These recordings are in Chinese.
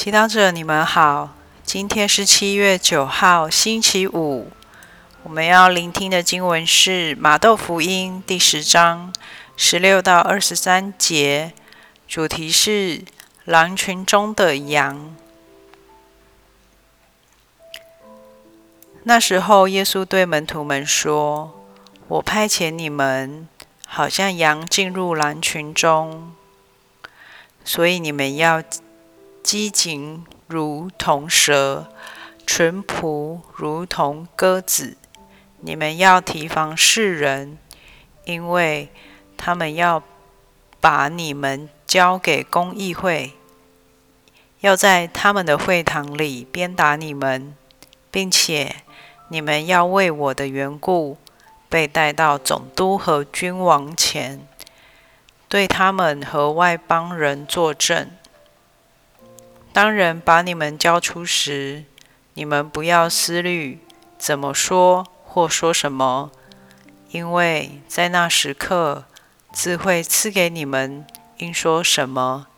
祈祷者，你们好，今天是7月9号，星期五。我们要聆听的经文是马窦福音第10章16到23节，主题是狼群中的羊。那时候，耶稣对门徒们说：“我派遣你们，好像羊进入狼群中，所以你们要机警如同蛇，淳朴如同鸽子。你们要提防世人，因为他们要把你们交给公议会，要在他们的会堂里鞭打你们，并且你们要为我的缘故被带到总督和君王前，对他们和外邦人作证。当人把你们交出时，你们不要思虑怎么说或说什么，因为在那时刻，自会赐给你们应说什么。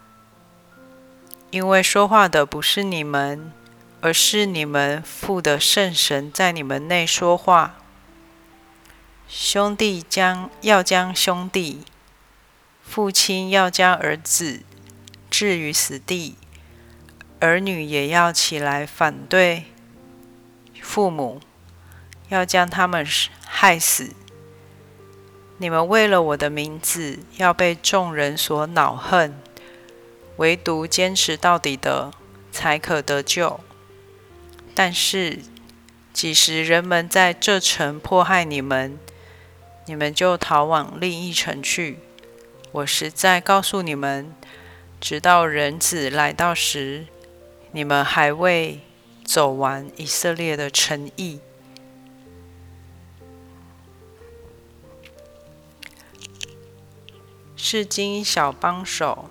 因为说话的不是你们，而是你们父的圣神在你们内说话。兄弟要将兄弟，父亲要将儿子置于死地，儿女也要起来反对父母，要将他们害死。你们为了我的名字要被众人所恼恨，唯独坚持到底的才可得救。但是几时人们在这城迫害你们，你们就逃往另一城去。我实在告诉你们，直到人子来到时，你们还未走完以色列的城邑。释经小帮手。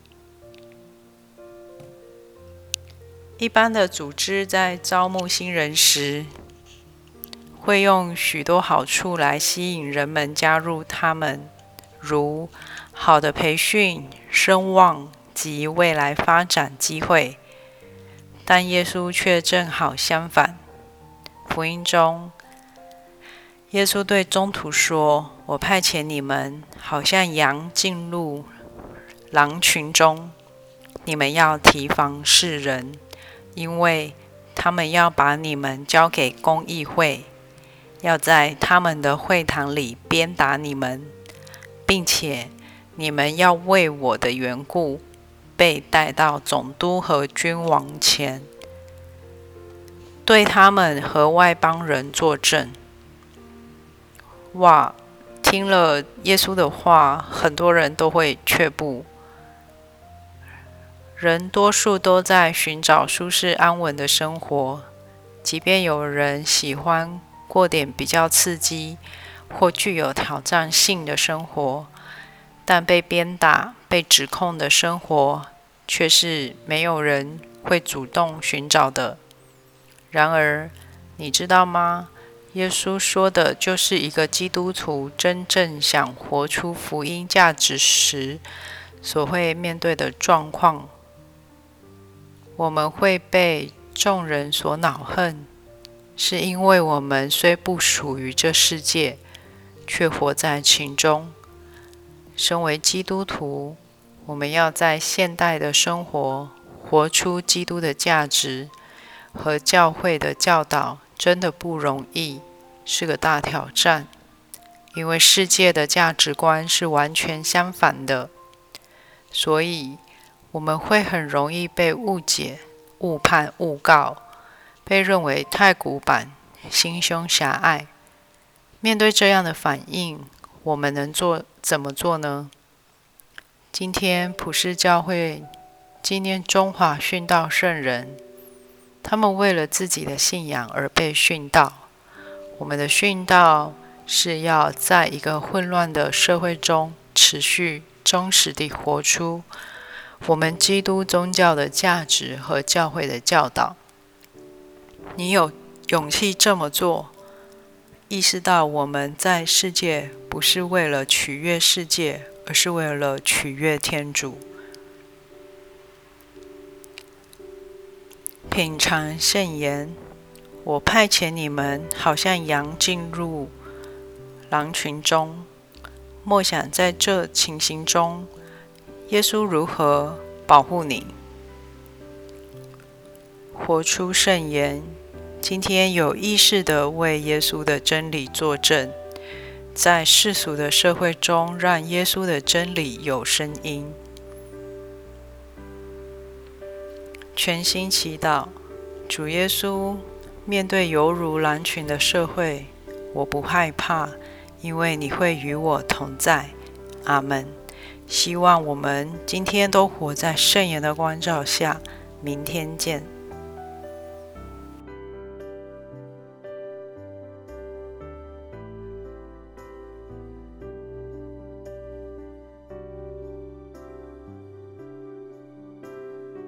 一般的组织在招募新人时，会用许多好处来吸引人们加入他们，如好的培训、声望及未来发展机会。但耶稣却正好相反。福音中，耶稣对宗徒说：“我派遣你们，好像羊进入狼群中。你们要提防世人，因为他们要把你们交给公议会，要在他们的会堂里鞭打你们，并且你们要为我的缘故被带到总督和君王前，对他们和外邦人作证。”哇！听了耶稣的话，很多人都会却步。人多数都在寻找舒适安稳的生活，即便有人喜欢过点比较刺激或具有挑战性的生活，但被鞭打、被指控的生活却是没有人会主动寻找的。然而，你知道吗？耶稣说的就是一个基督徒真正想活出福音价值时所会面对的状况。我们会被众人所恼恨，是因为我们虽不属于这世界，却活在其中。身为基督徒，我们要在现代的生活活出基督的价值和教会的教导，真的不容易，是个大挑战，因为世界的价值观是完全相反的，所以我们会很容易被误解、误判、误告，被认为太古板、心胸狭隘。面对这样的反应，我们能怎么做呢？今天普世教会纪念中华殉道圣人，他们为了自己的信仰而被殉道。我们的殉道是要在一个混乱的社会中持续忠实地活出我们基督宗教的价值和教会的教导。你有勇气这么做，意识到我们在世界不是为了取悦世界，而是为了取悦天主。 品尝圣言。我派遣你们，好像羊进入狼群中。默想在这情形中，耶稣如何保护你。活出圣言。今天有意识地为耶稣的真理作证，在世俗的社会中，让耶稣的真理有声音。全心祈祷。主耶稣，面对犹如狼群的社会，我不害怕，因为你会与我同在。阿们。希望我们今天都活在圣言的光照下。明天见。